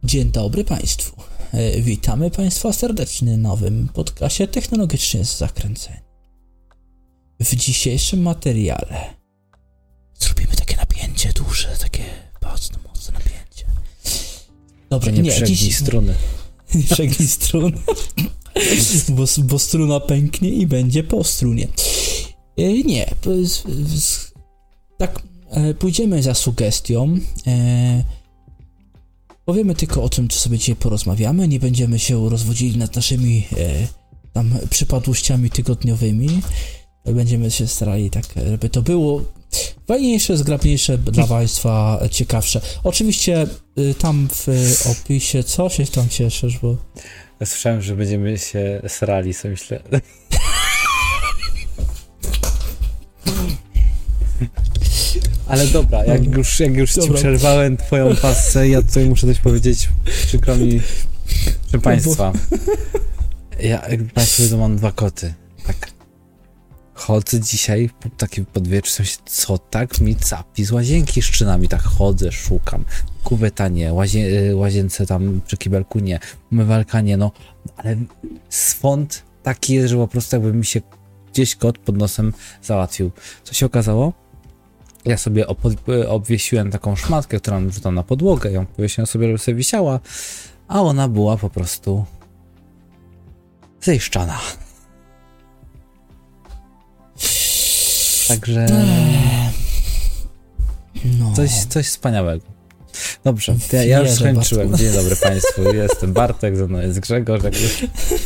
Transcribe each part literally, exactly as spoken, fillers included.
Dzień dobry Państwu. E, witamy Państwa serdecznie w nowym podcastie Technologicznie Zakręceni. W dzisiejszym materiale zrobimy takie napięcie duże, takie mocno, mocno napięcie. Dobra, nie, nie przegnij dziś... struny. Nie przegnij strun, bo, bo struna pęknie i będzie po strunie. E, nie, z, z, tak e, pójdziemy za sugestią. E, Powiemy tylko o tym, co sobie dzisiaj porozmawiamy, nie będziemy się rozwodzili nad naszymi e, tam przypadłościami tygodniowymi. Będziemy się starali tak, żeby to było fajniejsze, zgrabniejsze, dla Państwa ciekawsze. Oczywiście y, tam w opisie, co się tam cieszysz, bo... Ja słyszałem, że będziemy się srali, co myślę... Ale dobra, jak dobra. już, jak już dobra. ci przerwałem twoją pasę, ja tutaj muszę coś powiedzieć, przykro mi, proszę Państwa. Ja, jak Państwo wiedzą, mam dwa koty. Tak. Chodzę dzisiaj, taki podwieczny, co tak mi capi z łazienki szczynami, tak chodzę, szukam. Kuweta nie, łazie, łazience tam przy kibelku nie, umywalka nie, no, ale swąd taki jest, że po prostu jakby mi się gdzieś kot pod nosem załatwił. Co się okazało? Ja sobie op- obwiesiłem taką szmatkę, którą wrzucam na podłogę, ją powiesiłem sobie, żeby sobie wisiała, a ona była po prostu zejszczana. Także no. coś, coś wspaniałego. Dobrze, ja, ja już skończyłem. Dzień dobry Państwu, jestem Bartek, ze mną jest Grzegorz. Jak już...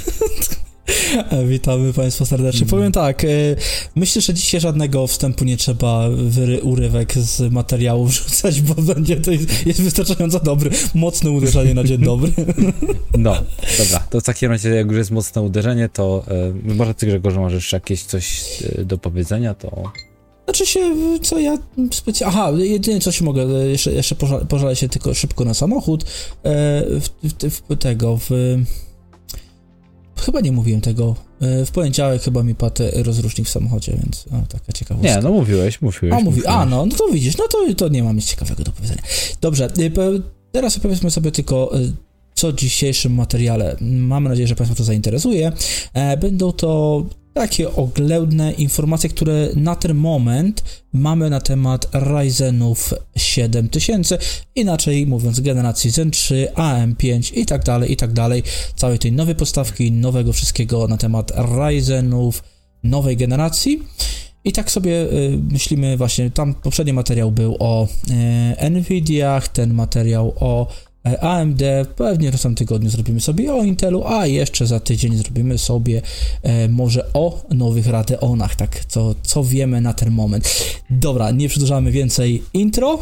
Witamy Państwa serdecznie. Mm. Powiem tak, myślę, że dzisiaj żadnego wstępu nie trzeba wyry, urywek z materiału wrzucać, bo będzie to jest, jest wystarczająco dobry. Mocne uderzenie na dzień dobry. No, dobra, to w takim razie, jak już jest mocne uderzenie, to yy, może Ty, Grzegorz, możesz jeszcze jakieś coś yy, do powiedzenia, to... Znaczy się, co ja specjalnie... Aha, jedynie co się mogę, jeszcze, jeszcze poża- pożalę się tylko szybko na samochód, yy, w, w, w tego, w... Chyba nie mówiłem tego. W poniedziałek chyba mi padł rozrusznik w samochodzie, więc o, taka ciekawostka. Nie, no mówiłeś, mówiłeś. A, mówi, mówiłeś. a no, no to widzisz, no to, to nie mam nic ciekawego do powiedzenia. Dobrze, teraz opowiedzmy sobie tylko, co w dzisiejszym materiale. Mam nadzieję, że Państwa to zainteresuje. Będą to takie oględne informacje, które na ten moment mamy na temat Ryzenów siedem tysięcy, inaczej mówiąc generacji Zen trzy, A M pięć i tak dalej, i tak dalej. Całej tej nowej podstawki, nowego wszystkiego na temat Ryzenów nowej generacji. I tak sobie y, myślimy właśnie, tam poprzedni materiał był o y, Nvidiach, ten materiał o A M D, pewnie w tym tygodniu zrobimy sobie o Intelu, a jeszcze za tydzień zrobimy sobie e, może o nowych Radeonach, tak, co, co wiemy na ten moment. Dobra, nie przedłużamy więcej intro.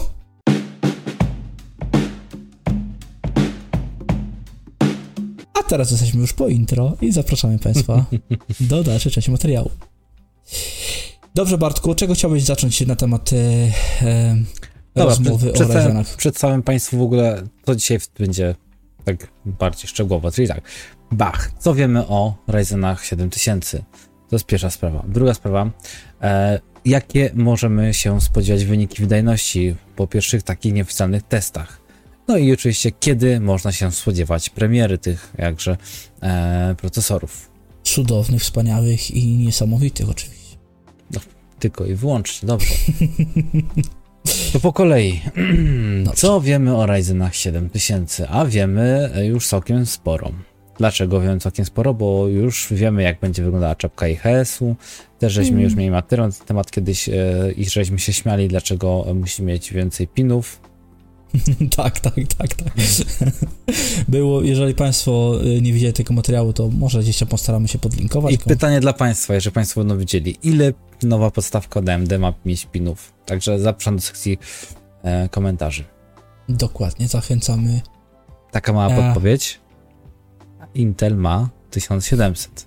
A teraz jesteśmy już po intro i zapraszamy Państwa do dalszej części materiału. Dobrze, Bartku, czego chciałbyś zacząć na temat e, e, Dobra, rozmowy przed, o Ryzenach? Przedstawiam Państwu w ogóle, co dzisiaj będzie tak bardziej szczegółowo, czyli tak, bach, co wiemy o Ryzenach siedem tysięcy? To jest pierwsza sprawa. Druga sprawa, e, jakie możemy się spodziewać wyniki wydajności po pierwszych takich nieoficjalnych testach? No i oczywiście, kiedy można się spodziewać premiery tych jakże e, procesorów? Cudownych, wspaniałych i niesamowitych oczywiście. No, tylko i wyłącznie, dobrze. To po kolei. Co wiemy o Ryzenach siedem tysięcy? A wiemy już całkiem sporo. Dlaczego wiemy całkiem sporo? Bo już wiemy, jak będzie wyglądała czapka I H S-u. Też żeśmy mm. już mieli materiał na ten temat kiedyś e, i żeśmy się śmiali, dlaczego musi mieć więcej pinów. tak, tak, tak, tak. Było, jeżeli Państwo nie widzieli tego materiału, to może gdzieś tam postaramy się podlinkować. I pytanie dla Państwa, jeżeli Państwo będą widzieli, ile nowa podstawka od A M D ma mieć pinów? Także zapraszam do sekcji e, komentarzy. Dokładnie, zachęcamy. Taka mała e... podpowiedź. Intel ma tysiąc siedemset.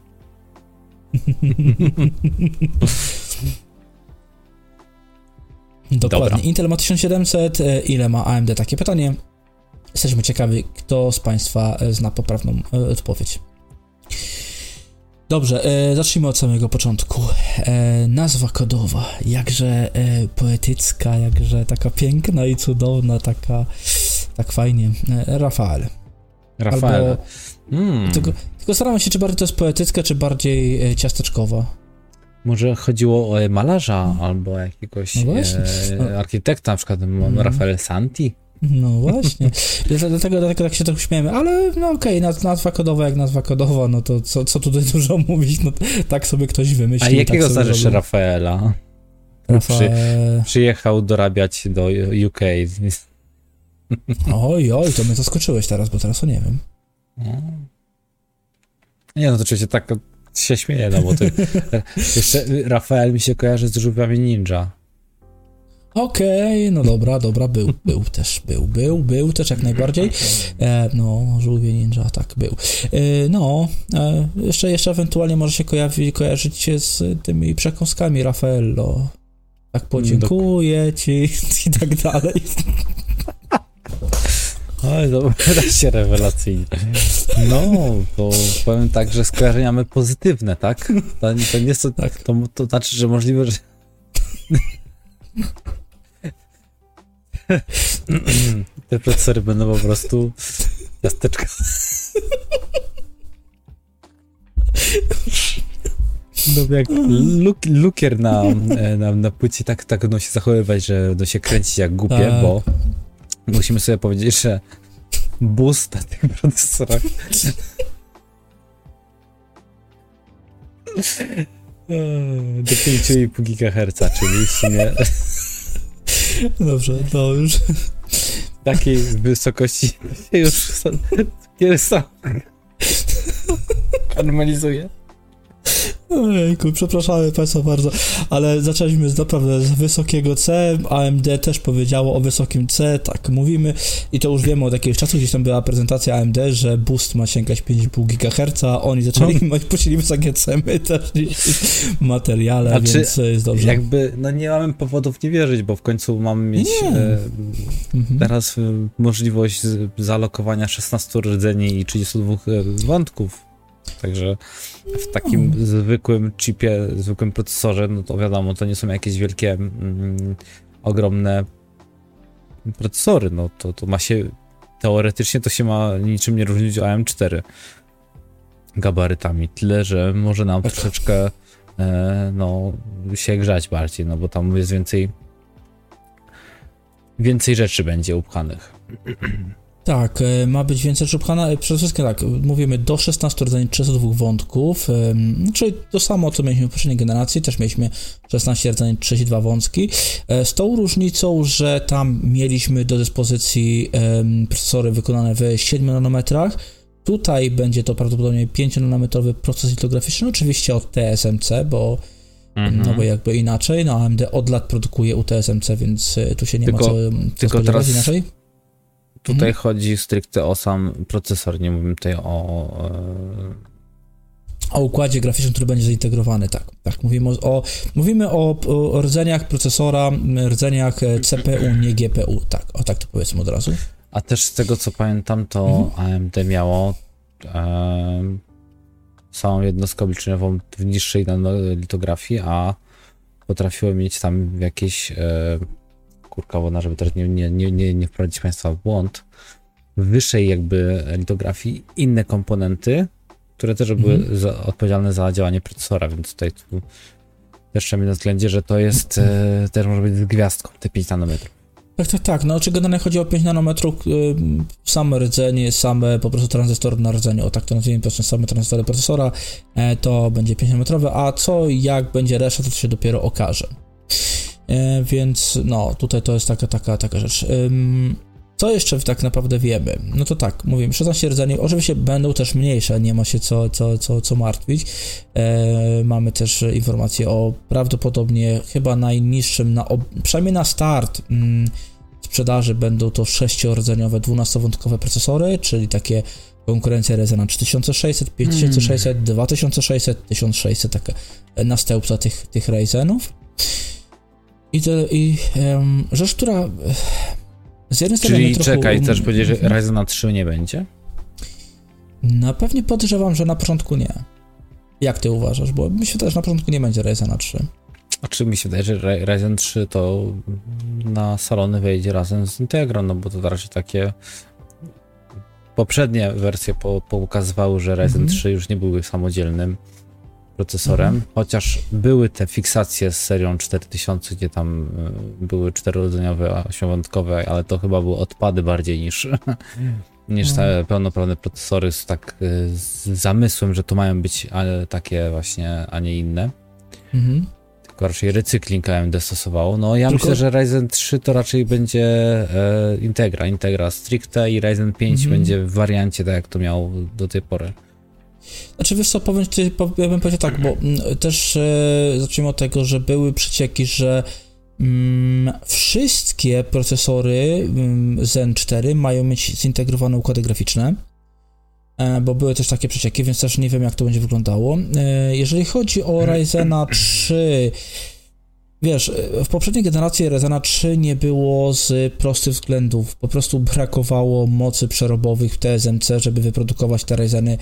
Dokładnie. Dobra. Intel ma tysiąc siedemset, ile ma A M D? Takie pytanie. Jesteśmy ciekawi, kto z Państwa zna poprawną odpowiedź. Dobrze, e, zacznijmy od samego początku. E, nazwa kodowa, jakże e, poetycka, jakże taka piękna i cudowna, taka tak fajnie. E, Rafael. Rafaela. Albo... Mm. Tylko, tylko staramy się, czy bardziej to jest poetycka, czy bardziej e, ciasteczkowa. Może chodziło o malarza albo jakiegoś no e, architekta, na przykład mm. Rafael Santi. No właśnie, dlatego, dlatego tak się tak śmiejemy, ale no okej, okay, nazwa kodowa jak nazwa kodowa, no to co, co tutaj dużo mówić, no tak sobie ktoś wymyślił. A jakiego tak znasz jeszcze Rafaela? Rafa... Przy, przyjechał dorabiać do U K. Oj, oj, to mnie zaskoczyłeś teraz, bo teraz o nie wiem. Nie, no to oczywiście tak się śmieję, no bo to jeszcze Rafael mi się kojarzy z żółwiami ninja. Okej, okay, no dobra, dobra, był, był też, był, był, był też jak najbardziej. E, no, żółwie ninja, tak, był. E, no, e, jeszcze, jeszcze ewentualnie może się kojarzy, kojarzyć się z tymi przekąskami Raffaello. Tak, podziękuję ci i tak dalej. Oj, to wreszcie rewelacyjnie. No, to powiem tak, że skojarzenia mamy pozytywne, tak? To, to nie jest to, tak. to, to znaczy, że możliwe, że... Te procesory będą po prostu ciasteczka. No jak luk, lukier na, na, na płycie tak, tak będą się zachowywać, że będą się kręcić jak głupie, tak. Bo musimy sobie powiedzieć, że boost na tych procesorach do pięć i pół gigaherca, czyli w sumie dobrze, to już takiej wysokości się już sam normalizuje. Ojejku, przepraszamy Państwa bardzo, ale zaczęliśmy z naprawdę z wysokiego C, A M D też powiedziało o wysokim C, tak mówimy i to już wiemy od jakiegoś czasu, gdzieś tam była prezentacja A M D, że boost ma sięgać pięć i pół gigaherca, oni zaczęli no. puścili wysokie C, my też w materiale, znaczy, więc jest dobrze. Jakby, no nie mamy powodów nie wierzyć, bo w końcu mamy mieć e, mhm. teraz e, możliwość z, zalokowania szesnastu rdzeni i trzydziestu dwóch e, wątków. Także w takim no. zwykłym chipie, zwykłym procesorze, no to wiadomo, to nie są jakieś wielkie, mm, ogromne procesory, no to, to ma się, teoretycznie to się ma niczym nie różnić od A M cztery gabarytami, tyle, że może nam troszeczkę e, no, się grzać bardziej, no bo tam jest więcej więcej rzeczy będzie upchanych. Tak, ma być więcej szubchana. Przede wszystkim tak, mówimy do szesnastu rdzeni trzydziestu dwóch wątków, czyli to samo, co mieliśmy w poprzedniej generacji, też mieliśmy szesnaście rdzeni trzydzieści dwa wątki, z tą różnicą, że tam mieliśmy do dyspozycji procesory wykonane w siedmiu nanometrach, tutaj będzie to prawdopodobnie pięcionanometrowy proces litograficzny, oczywiście od T S M C, bo mhm. no bo jakby inaczej, no A M D od lat produkuje u T S M C, więc tu się nie tylko, ma co, co spodziewać teraz... inaczej. Tutaj mhm. chodzi stricte o sam procesor, nie mówimy tutaj o... O układzie graficznym, który będzie zintegrowany, tak. tak. Mówimy o, mówimy o, o rdzeniach procesora, rdzeniach C P U, nie G P U, tak. O tak to powiedzmy od razu. A też z tego, co pamiętam, to mhm. A M D miało e, samą jednostkę obliczeniową w niższej litografii, a potrafiło mieć tam jakieś... E, kurka wodna, żeby też nie, nie, nie, nie wprowadzić Państwa w błąd, w wyższej jakby litografii inne komponenty, które też były mm. za, odpowiedzialne za działanie procesora, więc tutaj tu też trzeba mieć na względzie, że to jest, e, też może być z gwiazdką, te pięć nanometrów. Tak, tak, tak, no czy generalnie chodzi o pięć nanometrów, y, same rdzenie, same po prostu tranzystory na rdzeniu, o tak to nazwijmy, po prostu same tranzystory procesora, e, to będzie pięć nanometrowe, a co, jak będzie reszta, to się dopiero okaże. E, więc no, tutaj to jest taka, taka, taka rzecz. Ym, co jeszcze tak naprawdę wiemy? No to tak, mówimy, szesnaście rdzeni, oczywiście będą też mniejsze, nie ma się co, co, co, co martwić. E, mamy też informacje o prawdopodobnie chyba najniższym, na ob, przynajmniej na start mm, sprzedaży będą to sześciordzeniowe, dwunastowątkowe procesory, czyli takie konkurencja Ryzena trzy tysiące sześćset, pięć tysięcy sześćset, mm. dwa tysiące sześćset, tysiąc sześćset, takie następca tych, tych Ryzenów. I, to, i um, rzecz, która z jednej strony... Czyli trochę, czekaj, um, chcesz powiedzieć, że Ryzena trzy nie będzie? No pewnie podejrzewam, że na początku nie. Jak ty uważasz? Bo mi się wydaje, że na początku nie będzie Ryzena trzy. A czy mi się wydaje, że Ryzen trzy to na salony wejdzie razem z Integra, no bo to raczej takie poprzednie wersje po, pokazywały, że Ryzen mhm. trzy już nie były samodzielnym procesorem, mhm. chociaż były te fiksacje z serią cztery tysiące, gdzie tam y, były czterorodzeniowe, ośmiowątkowe, ale to chyba były odpady bardziej niż, niż te pełnoprawne procesory z tak y, z zamysłem, że to mają być ale takie właśnie, a nie inne. Mhm. Tylko raczej recykling A M D stosowało. No ja Tylko... myślę, że Ryzen trzy to raczej będzie e, Integra, Integra stricte i Ryzen pięć mhm. będzie w wariancie tak jak to miał do tej pory. Znaczy wiesz co, powiem ci, ja bym powiedział tak, bo m, też e, zacznijmy od tego, że były przecieki, że m, wszystkie procesory m, Zen cztery mają mieć zintegrowane układy graficzne, e, bo były też takie przecieki, więc też nie wiem jak to będzie wyglądało. E, jeżeli chodzi o Ryzena trzy, wiesz, w poprzedniej generacji Ryzena trzy nie było z prostych względów, po prostu brakowało mocy przerobowych w T S M C, żeby wyprodukować te Ryzeny.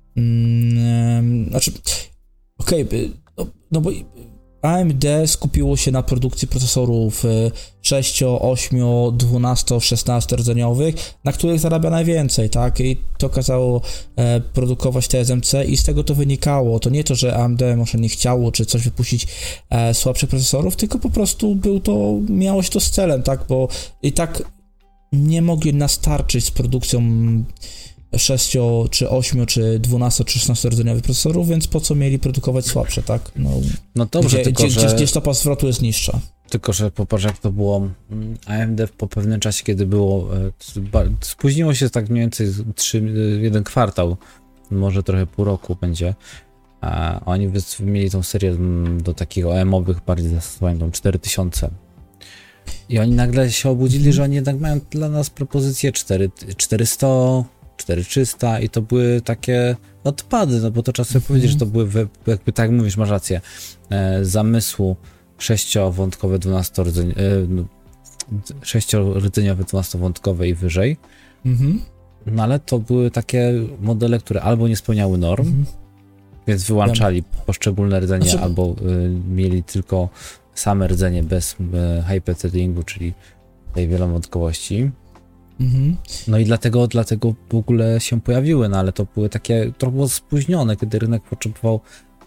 Hmm, znaczy, okej, okay, no, no bo A M D skupiło się na produkcji procesorów sześć, osiem, dwanaście, szesnaście rdzeniowych, na których zarabia najwięcej, tak? I to kazało e, produkować T S M C i z tego to wynikało. To nie to, że A M D może nie chciało, czy coś wypuścić e, słabszych procesorów, tylko po prostu był to, miało się to z celem, tak? Bo i tak nie mogli nastarczyć z produkcją sześć, czy osiem, czy dwanaście, czy szesnaście rdzeniowych procesorów, więc po co mieli produkować słabsze, tak? No, no dobrze, gdzie, tylko gdzie, że... gdzie stopa zwrotu jest niższa. Tylko, że popatrz jak to było A M D po pewnym czasie, kiedy było, spóźniło się tak mniej więcej trzy, jeden kwartał, może trochę pół roku będzie, a oni mieli tą serię do takich O M-owych bardziej zastosowań, tą cztery tysiące. I oni nagle się obudzili, hmm. że oni jednak mają dla nas propozycję czterysta, cztery trzysta i to były takie odpady, no bo to trzeba sobie hmm. powiedzieć, że to były, jakby tak mówisz, masz rację, e, zamysłu sześciowątkowe, dwunastordzeniowe, no, sześciordzeniowe, dwunastowątkowe i wyżej. Mhm. No ale to były takie modele, które albo nie spełniały norm, mhm. więc wyłączali ja. poszczególne rdzenie, znaczy... albo y, mieli tylko same rdzenie bez y, hyperthreadingu, czyli tej wielowątkowości. Mhm. No i dlatego, dlatego w ogóle się pojawiły, no ale to były takie trochę spóźnione, kiedy rynek potrzebował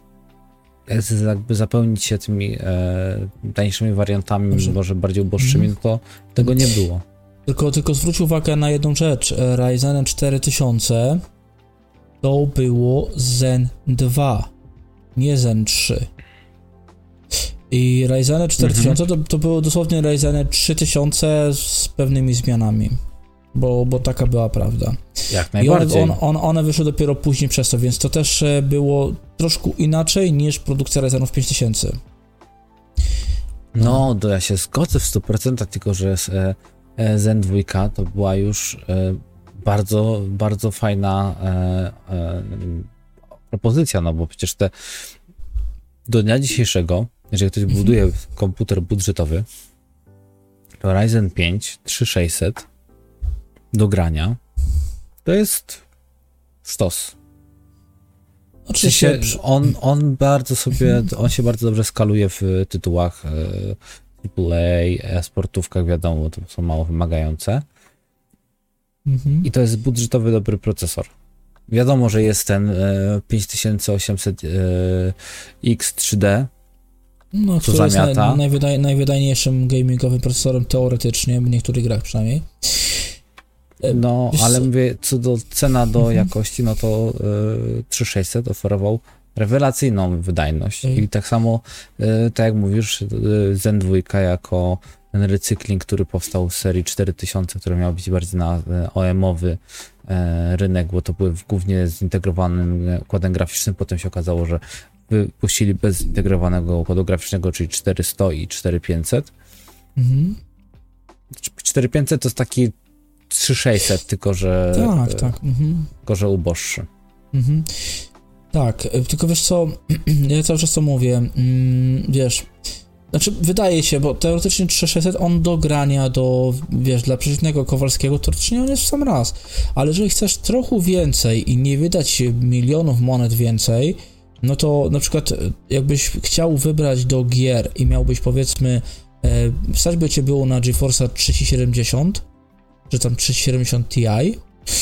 jakby zapełnić się tymi e, tańszymi wariantami, Dobrze. może bardziej uboższymi, mm. no to tego nie było. Tylko, tylko zwróć uwagę na jedną rzecz. Ryzen cztery tysiące to było Zen dwa, nie Zen trzy. I Ryzen cztery tysiące mm-hmm. to, to było dosłownie Ryzen trzy tysiące z pewnymi zmianami. Bo, bo taka była prawda. Jak najbardziej. I one, on, on, one wyszły dopiero później przez to, więc to też było troszkę inaczej niż produkcja Ryzenów pięć tysięcy. No, no to ja się zgodzę w stu procentach, tylko że e, e, Zen dwa to była już e, bardzo, bardzo fajna e, e, propozycja, no bo przecież te do dnia dzisiejszego, jeżeli ktoś buduje mhm. komputer budżetowy, to Ryzen pięć trzy tysiące sześćset do grania to jest sztos. Oczywiście on, on bardzo sobie, on się bardzo dobrze skaluje w tytułach triple A, e-sportówkach, wiadomo, to są mało wymagające. Mhm. I to jest budżetowy, dobry procesor. Wiadomo, że jest ten pięć tysięcy osiemset X trzy D, no, co zamiata. Jest naj, najwydaj, najwydajniejszym gamingowym procesorem teoretycznie, w niektórych grach przynajmniej. No, Wiesz ale co? mówię, co do cena do mhm. jakości, no to y, trzy tysiące sześćset oferował rewelacyjną wydajność. Mhm. I tak samo, y, tak jak mówisz, y, Zen dwa jako ten recykling, który powstał z serii cztery tysiące, który miał być bardziej na y, O M-owy y, rynek, bo to były głównie zintegrowanym układem graficznym. Potem się okazało, że wypuścili bez zintegrowanego układu graficznego, czyli czterysta i cztery tysiące pięćset. Mhm. cztery tysiące pięćset to jest taki trzy tysiące sześćset, tylko że tak, tak. Mhm. tylko że uboższy. Mhm. Tak, tylko wiesz co, ja cały czas to mówię, mm, wiesz, znaczy wydaje się, bo teoretycznie trzy tysiące sześćset on do grania, do, wiesz, dla przeciwnego Kowalskiego, teoretycznie on jest w sam raz, ale jeżeli chcesz trochę więcej i nie wydać milionów monet więcej, no to na przykład jakbyś chciał wybrać do gier i miałbyś powiedzmy, e, stać by cię było na GeForce'a trzysta siedemdziesiąt, czy tam trzysta siedemdziesiąt Ti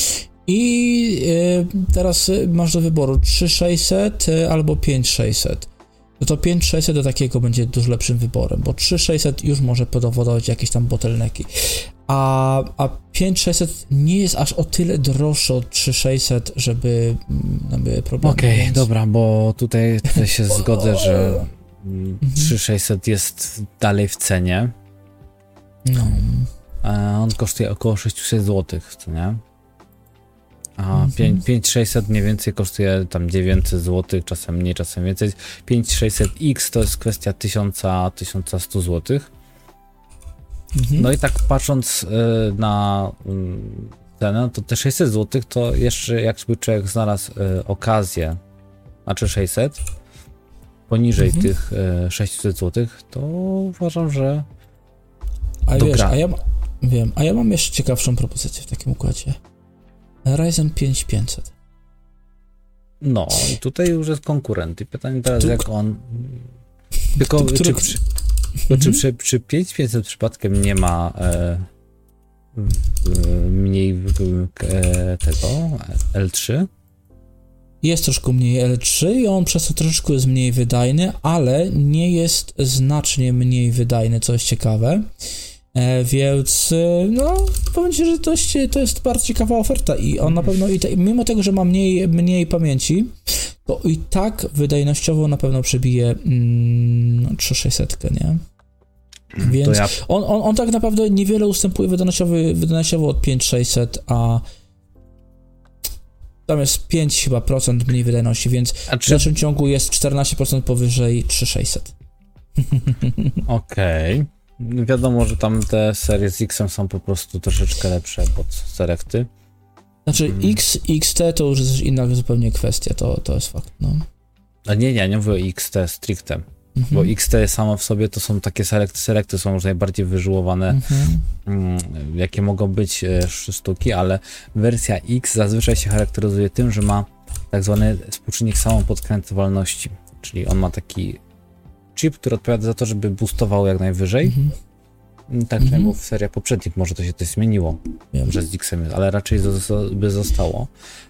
I y, teraz masz do wyboru trzy tysiące sześćset y, albo pięć tysięcy sześćset. No to pięć tysięcy sześćset do takiego będzie dużo lepszym wyborem, bo trzy tysiące sześćset już może powodować jakieś tam bottlenecki. A, a pięć tysięcy sześćset nie jest aż o tyle droższy od trzy tysiące sześćset, żeby nam były problemy. Okej, okay, więc... dobra, bo tutaj, tutaj się zgodzę, że trzy tysiące sześćset jest dalej w cenie. No. A on kosztuje około sześćset złotych, co nie? A mm-hmm. pięć tysięcy sześćset mniej więcej kosztuje tam dziewięćset złotych, czasem mniej, czasem więcej. pięć tysięcy sześćset X to jest kwestia tysiąc do tysiąca stu złotych. Mm-hmm. No i tak patrząc y, na y, cenę, to te sześćset złotych to jeszcze jakby człowiek znalazł y, okazję, znaczy sześćset, poniżej mm-hmm. tych y, sześćset złotych, to uważam, że a wiesz, a ja, wiem, a ja mam jeszcze ciekawszą propozycję w takim układzie. Ryzen pięć tysięcy pięćset. No, i tutaj już jest konkurent. I pytanie teraz, tu, jak on... Tylko, tu, czy, który... czy, mhm. czy, czy przy pięć tysięcy pięćset przypadkiem nie ma e, mniej e, tego L trzy? Jest troszkę mniej L trzy i on przez to troszeczkę jest mniej wydajny, ale nie jest znacznie mniej wydajny, co jest ciekawe. E, więc no, powiem ci, że to jest, to jest bardzo ciekawa oferta i on na pewno, i te, mimo tego, że ma mniej, mniej pamięci, to i tak wydajnościowo na pewno przebije mm, trzy tysiące sześćset, nie? Więc ja... on, on, on tak naprawdę niewiele ustępuje wydajnościowo, wydajnościowo od pięć tysięcy sześćset, a tam jest pięć chyba procent mniej wydajności, więc czy... w dalszym ciągu jest czternaście procent powyżej trzy tysiące sześćset. Okej. Okay. Wiadomo, że tam te serie z X-em są po prostu troszeczkę lepsze pod Selecty. Znaczy hmm. X, X T to już jest inna zupełnie kwestia, to, to jest fakt, no. A nie, nie, nie mówię o X T stricte, mhm. bo X T samo w sobie to są takie selecty, selecty są już najbardziej wyżyłowane, mhm. mm, jakie mogą być e, sztuki, ale wersja X zazwyczaj się charakteryzuje tym, że ma tak zwany współczynnik samopodkręcywalności, czyli on ma taki chip, który odpowiada za to, żeby boostował jak najwyżej. Mm-hmm. Tak, mm-hmm. bo w seriach poprzednich może to się coś zmieniło, wiem, że z X-em jest, ale raczej by zostało.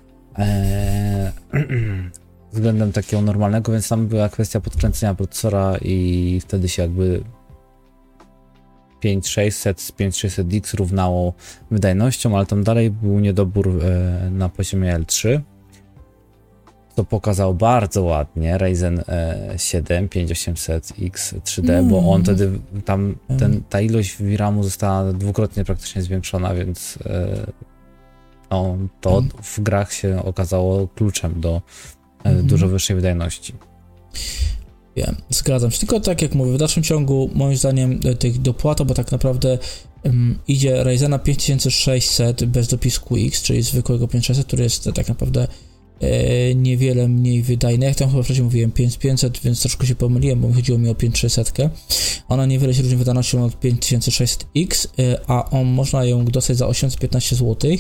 Eee, względem takiego normalnego, więc tam była kwestia podkręcenia procesora i wtedy się jakby pięć tysięcy sześćset z pięć tysięcy sześćset X równało wydajnością, ale tam dalej był niedobór e, na poziomie L trzy. To pokazał bardzo ładnie Ryzen siedem pięć tysięcy osiemset X trzy D, mm. bo on wtedy tam, ten, ta ilość V RAMu została dwukrotnie praktycznie zwiększona, więc e, no, to mm. w grach się okazało kluczem do e, mm. dużo wyższej wydajności. Wiem, zgadzam się. Tylko tak jak mówię, w dalszym ciągu moim zdaniem tych dopłat, bo tak naprawdę um, idzie Ryzena pięć tysięcy sześćset bez dopisku X, czyli zwykłego pięć tysięcy sześćset, który jest tak naprawdę e, niewiele mniej wydajny. Jak tam chyba wcześniej mówiłem pięć tysięcy pięćset, więc troszkę się pomyliłem, bo chodziło mi o pięć tysięcy sześćset. Ona niewiele się różni wydajnością od pięć tysięcy sześćset X, e, a on można ją dostać za osiemset piętnaście złotych.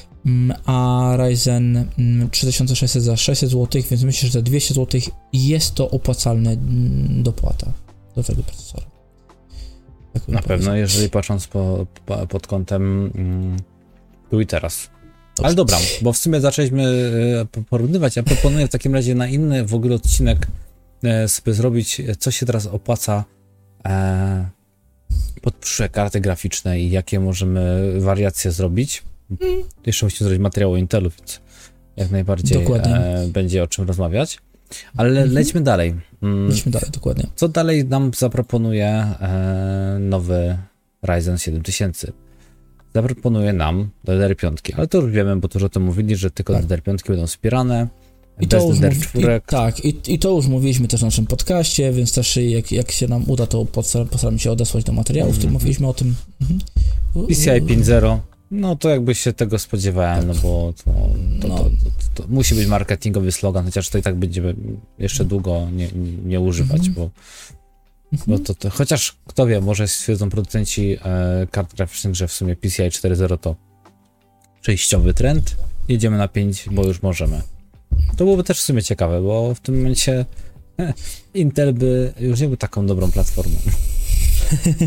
A Ryzen trzy tysiące sześćset za sześćset złotych, więc myślę, że za dwieście złotych jest to opłacalna dopłata do tego procesora. Tak na pewno, jeżeli patrząc po, po, pod kątem mm, tu i teraz. Dobrze. Ale dobra, bo w sumie zaczęliśmy e, porównywać. Ja proponuję w takim razie na inny w ogóle odcinek e, sobie zrobić, co się teraz opłaca e, pod przyszłe karty graficzne i jakie możemy wariacje zrobić. Hmm. Jeszcze musimy zrobić materiał o Intelu, więc jak najbardziej e, będzie o czym rozmawiać. Ale mm-hmm. lećmy dalej. Mm, lećmy dalej, dokładnie. Co dalej nam zaproponuje e, nowy Ryzen siedem tysięcy? Zaproponuje nam D D R pięć, ale to już wiemy, bo to już o tym mówili, że tylko tak. D D R pięć będą wspierane. I to już mów, i, tak, i, i to już mówiliśmy też w naszym podcaście, więc też jak, jak się nam uda, to postaramy się odesłać do materiału, w którym mm-hmm. mówiliśmy o tym. Mm-hmm. P C I pięć zero. No to jakby się tego spodziewałem, tak. no bo to, to, no. to, to, to musi być marketingowy slogan, chociaż to i tak będziemy jeszcze długo nie, nie używać, mm-hmm. bo, mm-hmm. bo to, to, chociaż kto wie, może stwierdzą producenci e, kart graficznych, że w sumie P C I cztery zero to przejściowy trend, jedziemy na pięć, bo już możemy. To byłoby też w sumie ciekawe, bo w tym momencie eh, Intel by już nie był taką dobrą platformą.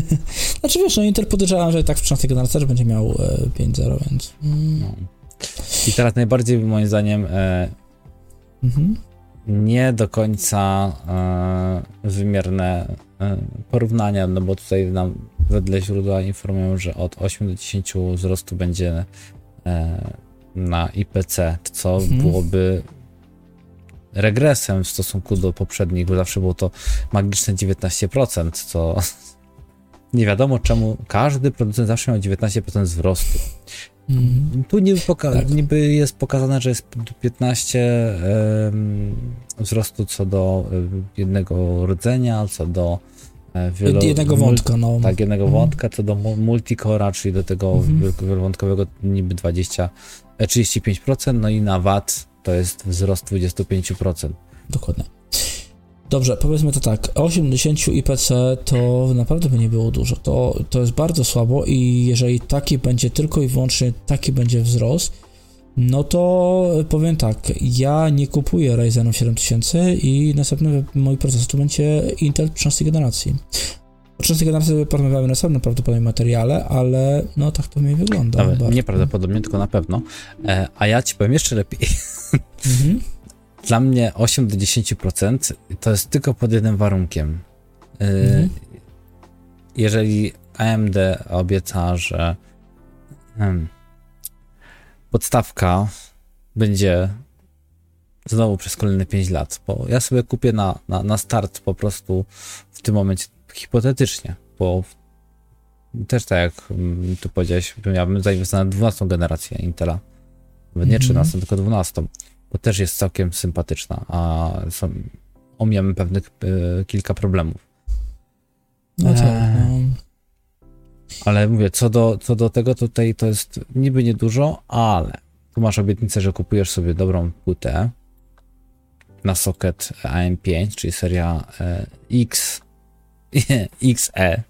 Znaczy wiesz, no Intel podejrzewam, że tak w trzynastej generacji też będzie miał e, pięć zero, więc... Mm. No. I teraz najbardziej moim zdaniem e, mhm. nie do końca e, wymierne e, porównania, no bo tutaj nam wedle źródła informują, że od ośmiu do dziesięciu wzrostu będzie e, na I P C, co mhm. byłoby regresem w stosunku do poprzednich, bo zawsze było to magiczne dziewiętnaście procent, co nie wiadomo czemu każdy producent zawsze miał dziewiętnaście procent wzrostu. Mm. Tu niby, poka- tak. niby jest pokazane, że jest piętnaście procent e, wzrostu co do jednego rdzenia, co do e, wielo- jednego wątka. No. Tak, jednego mm. wątka, co do multicora, czyli do tego mm. wielowątkowego niby dwadzieścia, trzydzieści pięć procent, no i na W A T to jest wzrost dwadzieścia pięć procent. Dokładnie. Dobrze, powiedzmy to tak, osiemdziesiąt I P C to naprawdę by nie było dużo, to, to jest bardzo słabo i jeżeli taki będzie tylko i wyłącznie taki będzie wzrost, no to powiem tak, ja nie kupuję Ryzenu siedem tysięcy i następny mój procesor to będzie Intel trzynastej generacji. O trzynastej generacji porozmawiamy na następnym prawdopodobnie materiale, ale no tak to mi wygląda. Nawet nieprawdopodobnie, tylko na pewno. E, a ja ci powiem jeszcze lepiej. Mhm. Dla mnie osiem do dziesięciu procent to jest tylko pod jednym warunkiem. Yy, mhm. Jeżeli A M D obieca, że hmm, podstawka będzie znowu przez kolejne pięć lat, bo ja sobie kupię na, na, na start po prostu w tym momencie hipotetycznie, bo też tak jak tu powiedziałeś, miałbym zainwestować na dwunastą generację Intela. Nawet nie trzynastą, tylko dwunastą. Bo też jest całkiem sympatyczna, a są, omijamy pewnych y, kilka problemów. No tak, no. Ale mówię, co do, co do tego tutaj to jest niby niedużo, ale tu masz obietnicę, że kupujesz sobie dobrą płytę na socket A M pięć, czyli seria e, X, X E.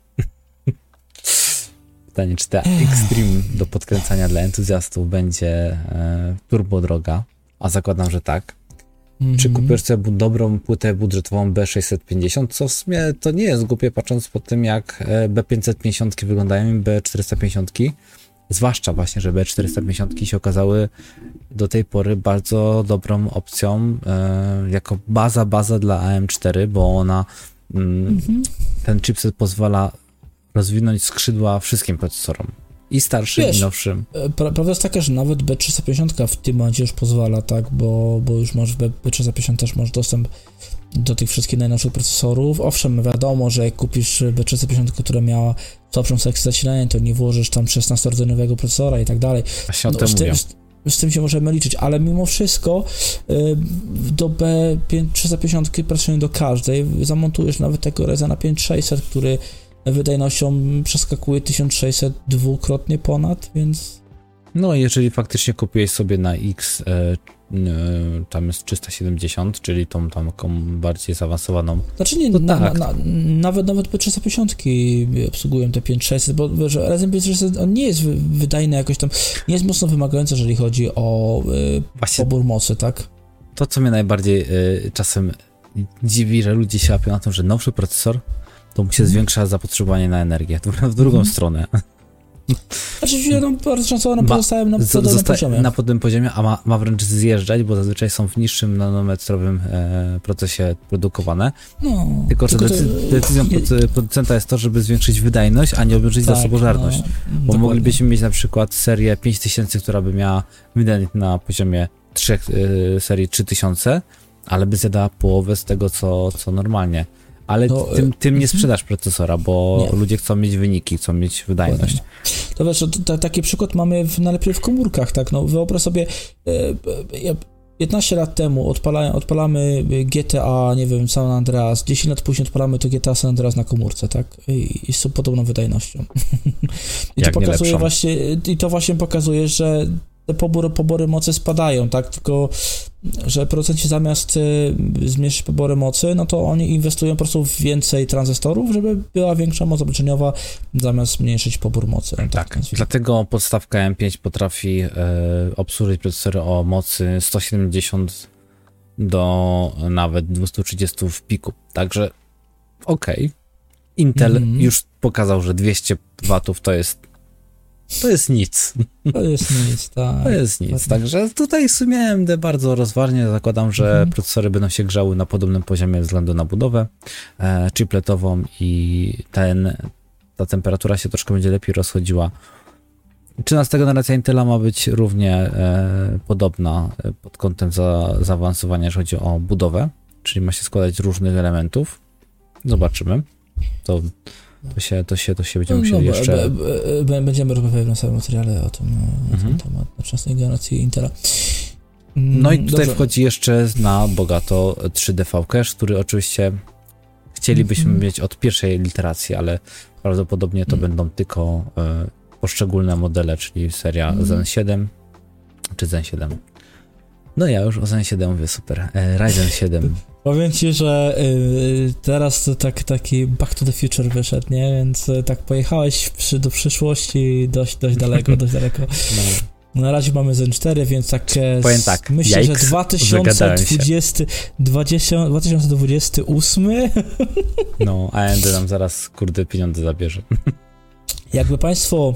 Pytanie, czy ta Extreme do podkręcania dla entuzjastów będzie e, turbo droga, a zakładam, że tak. Mm-hmm. Czy kupisz sobie dobrą płytę budżetową B sześćset pięćdziesiąt, co w sumie to nie jest głupie, patrząc po tym, jak B pięćset pięćdziesiąt wyglądają i B czterysta pięćdziesiąt, zwłaszcza właśnie, że B czterysta pięćdziesiąt się okazały do tej pory bardzo dobrą opcją e, jako baza, baza dla A M cztery, bo ona mm, mm-hmm. ten chipset pozwala rozwinąć skrzydła wszystkim procesorom. I starszym, Wiesz, i nowszym. Pra- prawda jest taka, że nawet B trzysta pięćdziesiąt w tym momencie już pozwala, tak, bo, bo już masz w B trzysta pięćdziesiąt też masz dostęp do tych wszystkich najnowszych procesorów. Owszem, wiadomo, że jak kupisz B trzysta pięćdziesiąt, która miała słabszą sekcję zasilania, to nie włożysz tam szesnastorodzenowego procesora i tak dalej. No, z, tym, z, z tym się możemy liczyć, ale mimo wszystko y, do B trzysta pięćdziesiąt, praktycznie do każdej, zamontujesz nawet tego Ryzena pięć sześćset, który wydajnością przeskakuje tysiąc sześćset dwukrotnie ponad, więc... No, jeżeli faktycznie kupiłeś sobie na X, e, e, tam jest trzysta siedemdziesiąt, czyli tą tam taką bardziej zaawansowaną... Znaczy nie, na, tak. na, na, nawet nawet po trzysta pięćdziesiąt obsługują te pięć sześćset, bo Ryzen pięć sześćset on nie jest wydajny jakoś tam, nie jest mocno wymagający, jeżeli chodzi o e, pobór mocy, tak? To, co mnie najbardziej e, czasem dziwi, że ludzie się łapią na tym, że nowszy procesor to mu się zwiększa zapotrzebowanie na energię, w drugą mm. stronę. Znaczy, no, bardzo często one pozostają na podobnym zosta- poziomie. Na podobnym poziomie, a ma, ma wręcz zjeżdżać, bo zazwyczaj są w niższym nanometrowym e, procesie produkowane. No, tylko, że tylko decy- to... decyzją producenta jest to, żeby zwiększyć wydajność, a nie obniżyć tak, zasobożarność. No, bo dokładnie. Moglibyśmy mieć na przykład serię pięć tysięcy, która by miała wydajność na poziomie trzech, e, serii trzy tysiące, ale by zjadała połowę z tego, co, co normalnie. Ale no, tym, tym nie sprzedasz procesora, bo nie. Ludzie chcą mieć wyniki, chcą mieć wydajność. To wiesz, to, to, taki przykład mamy w, najlepiej w komórkach, tak? No, wyobraź sobie, e, piętnaście lat temu odpala, odpalamy G T A, nie wiem, San Andreas, dziesięć lat później odpalamy to G T A San Andreas na komórce, tak? I, i z podobną wydajnością. I to pokazuje właśnie, i to właśnie pokazuje, że te pobory, pobory mocy spadają, tak? Tylko, że producenci zamiast y, zmniejszyć pobory mocy, no to oni inwestują po prostu w więcej tranzystorów, żeby była większa moc obliczeniowa, zamiast zmniejszyć pobór mocy. Tak, tak. Dlatego podstawka M pięć potrafi y, obsłużyć procesory o mocy sto siedemdziesiąt do nawet dwieście trzydzieści w piku. Także okej. Okay. Intel mm-hmm. już pokazał, że dwieście watów to jest to jest nic. To jest nic, tak. To jest nic, także tutaj w sumie A M D bardzo rozważnie, zakładam, że mhm. procesory będą się grzały na podobnym poziomie ze względu na budowę e, chipletową i ten, ta temperatura się troszkę będzie lepiej rozchodziła. trzynasta generacja Intela ma być równie e, podobna pod kątem za, zaawansowania, jeżeli chodzi o budowę, czyli ma się składać z różnych elementów. Zobaczymy. To, to, się, to, się, to się będziemy musieli no, jeszcze... B, b, będziemy rozmawiać na samym materiale o tym, mhm. na ten temat trzynastej generacji Intela. No i tutaj Dobrze. wchodzi jeszcze na bogato trzy D V Cache, który oczywiście chcielibyśmy mhm. mieć od pierwszej literacji, ale prawdopodobnie to mhm. będą tylko e, poszczególne modele, czyli seria mhm. Zen siedem czy Zen siedem. No ja już o Zen siedem mówię, super. E, Ryzen siedem. Powiem ci, że y, teraz to tak, taki Back to the Future wyszedł, nie? Więc y, tak pojechałeś przy, do przyszłości dość, dość daleko, dość daleko. No. Na razie mamy Zen cztery, więc tak, Powiem tak myślę, Yikes, że dwa tysiące dwudziesty, dwudziesty, dwa tysiące dwudziesty ósmy No, A M D nam zaraz, kurde, pieniądze zabierze. Jakby państwo...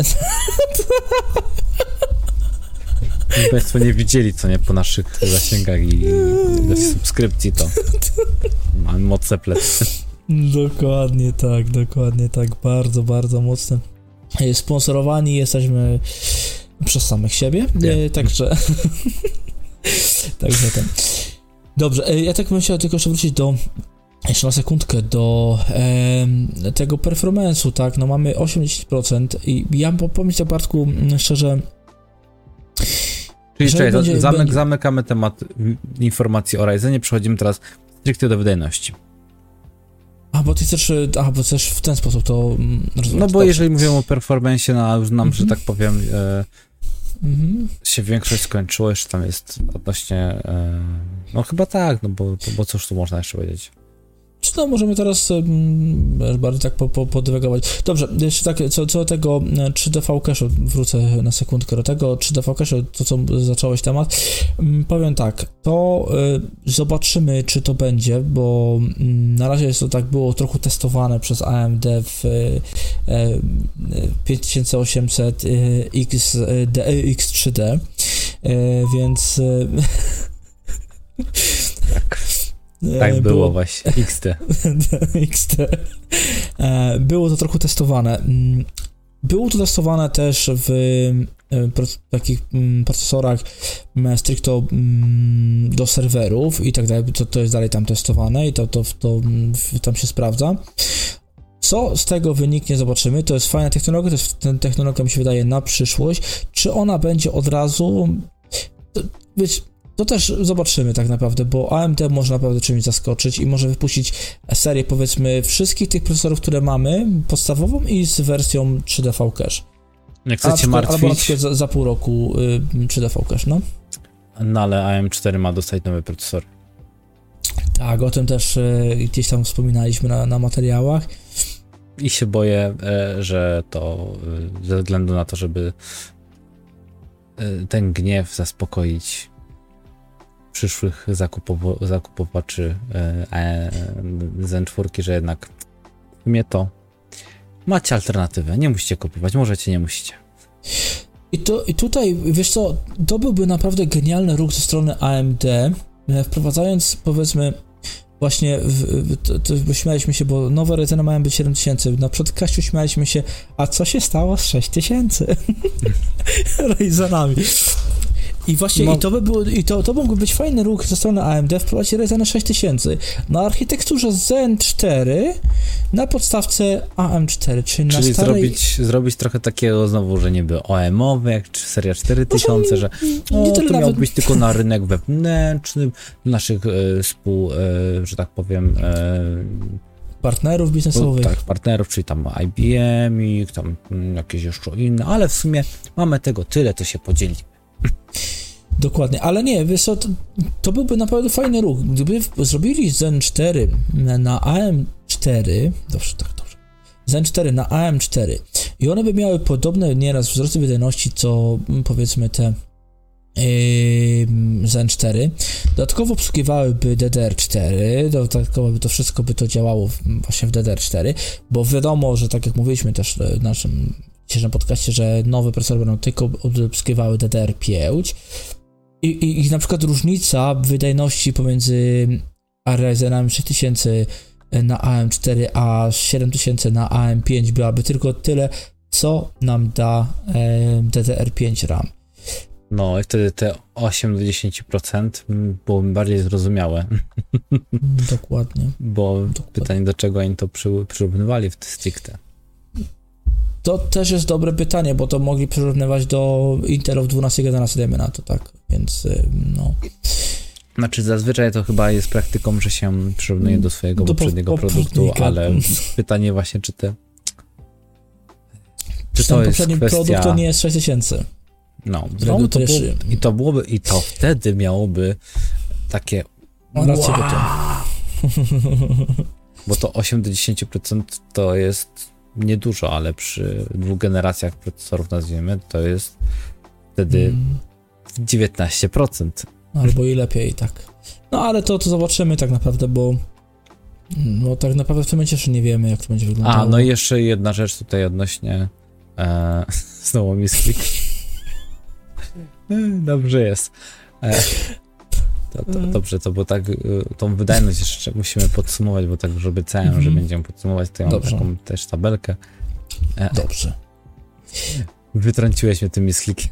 Jakby państwo nie widzieli, co nie, po naszych zasięgach i ilości subskrypcji, to mamy mocne plecy. Dokładnie tak, dokładnie tak, bardzo, bardzo mocne. Sponsorowani jesteśmy przez samych siebie, nie. także... także ten... Dobrze, ja tak bym chciał tylko jeszcze wrócić do... Jeszcze na sekundkę do e, tego performance'u, tak, no mamy osiemdziesiąt procent i ja powiem ci, Bartku, szczerze... Czyli czekaj, będzie, zamyk, będzie... zamykamy temat informacji o Ryzenie, przechodzimy teraz stricte do wydajności. A, bo ty chcesz, a, bo chcesz w ten sposób to... Rozumiem, no bo dobrze. Jeżeli mówimy o performance'ie, no już nam, mm-hmm. że tak powiem, e, mm-hmm. się większość skończyło, jeszcze tam jest odnośnie... E, no chyba tak, no bo, bo cóż tu można jeszcze powiedzieć. No, możemy teraz um, bardziej tak po, po, podywagować. Dobrze, jeszcze tak, co, co do tego trzy D V Cache'u, wrócę na sekundkę do tego, trzy D V Cache'u, to co zacząłeś temat, um, powiem tak, to y, zobaczymy, czy to będzie, bo y, na razie jest to tak, było trochę testowane przez A M D w y, y, pięć tysiące osiemset y, X, y, D, y, X trzy D, y, więc... Y, tak. Tak było, było właśnie, X T. X T. Było to trochę testowane. Było to testowane też w takich procesorach stricto do serwerów i tak dalej, to, to jest dalej tam testowane i to, to, to tam się sprawdza. Co z tego wyniknie, zobaczymy. To jest fajna technologia, to jest technologia, mi się wydaje, na przyszłość. Czy ona będzie od razu... To, wiecie, to też zobaczymy tak naprawdę, bo A M D może naprawdę czymś zaskoczyć i może wypuścić serię, powiedzmy, wszystkich tych procesorów, które mamy, podstawową i z wersją trzy D V Cache. Nie chcecie przykład, martwić. Albo na przykład za, za pół roku y, trzy D V Cache, no. No ale A M cztery ma dostać nowy procesor. Tak, o tym też y, gdzieś tam wspominaliśmy na, na materiałach. I się boję, y, że to y, ze względu na to, żeby y, ten gniew zaspokoić przyszłych zakupow- zakupowaczy e, Zen cztery, że jednak mnie to macie alternatywę, nie musicie kupować, możecie, nie musicie. I, to, i tutaj, wiesz co, to byłby naprawdę genialny ruch ze strony A M D, wprowadzając, powiedzmy, właśnie, w, w, to, to śmialiśmy się, bo nowe Ryzeny mają być siedem tysięcy, na przedkaściu śmialiśmy się, a co się stało z sześć tysięcy Ryzenami? I właśnie no. i to by było, i to, to mógłby być fajny ruch ze strony A M D, wprowadzić Ryzena sześć tysięcy na architekturze Zen cztery na podstawce A M cztery, czyli, czyli na starej... zrobić, zrobić trochę takiego znowu, że niby O M-owe, jak seria cztery tysiące, no, że o, to miał nawet... być tylko na rynek wewnętrzny, naszych e, współ, e, że tak powiem... E, partnerów biznesowych. Tak, partnerów, czyli tam I B M i tam jakieś jeszcze inne, ale w sumie mamy tego tyle, to się podzieli. Dokładnie, ale nie, wiesz co, to, to byłby naprawdę fajny ruch. Gdyby zrobili Zen cztery na, na A M cztery, dobrze, tak, dobrze, Zen cztery na A M cztery i one by miały podobne nieraz wzrosty wydajności, co powiedzmy te yy, Zen cztery, dodatkowo obsługiwałyby D D R cztery, dodatkowo by to wszystko by to działało w, właśnie w D D R cztery, bo wiadomo, że tak jak mówiliśmy też w naszym dzisiaj na podcaście, że nowe procesory będą tylko obsługiwały D D R pięć i, i, i na przykład różnica wydajności pomiędzy Ryzenem sześć tysięcy na A M cztery a siedem tysięcy na A M pięć byłaby tylko tyle, co nam da e, D D R pięć RAM. No i wtedy te osiem do dziesięciu procent byłoby bardziej zrozumiałe. Dokładnie. Bo Dokładnie. Pytanie, do czego oni to przy, przyrównywali w stricte. To też jest dobre pytanie, bo to mogli przyrównywać do Intelów dwunastej generacji, dajmy na to, tak, więc no. Znaczy zazwyczaj to chyba jest praktyką, że się przyrównuje do swojego do poprzedniego produktu, ale pytanie właśnie, czy te... Czy to jest kwestia... produkt to nie jest sześć tysięcy. No, no to było, i to byłoby, i to wtedy miałoby takie... No, wow. Rację, bo to osiem do dziesięciu procent to jest niedużo, ale przy dwóch generacjach procesorów, nazwijmy, to jest wtedy mm. dziewiętnaście procent. Albo i lepiej, tak. No ale to, to zobaczymy tak naprawdę, bo no tak naprawdę w tym momencie jeszcze nie wiemy, jak to będzie wyglądało. A, no i jeszcze jedna rzecz tutaj odnośnie e, znowu mi sklik. Dobrze jest. E, to, to, dobrze, to bo tak tą wydajność jeszcze musimy podsumować, bo tak już obiecałem, mm-hmm. że będziemy podsumować, to ja mam Dobrze. taką też tabelkę. E, Dobrze. Wytrąciłeś mnie tym misklikiem.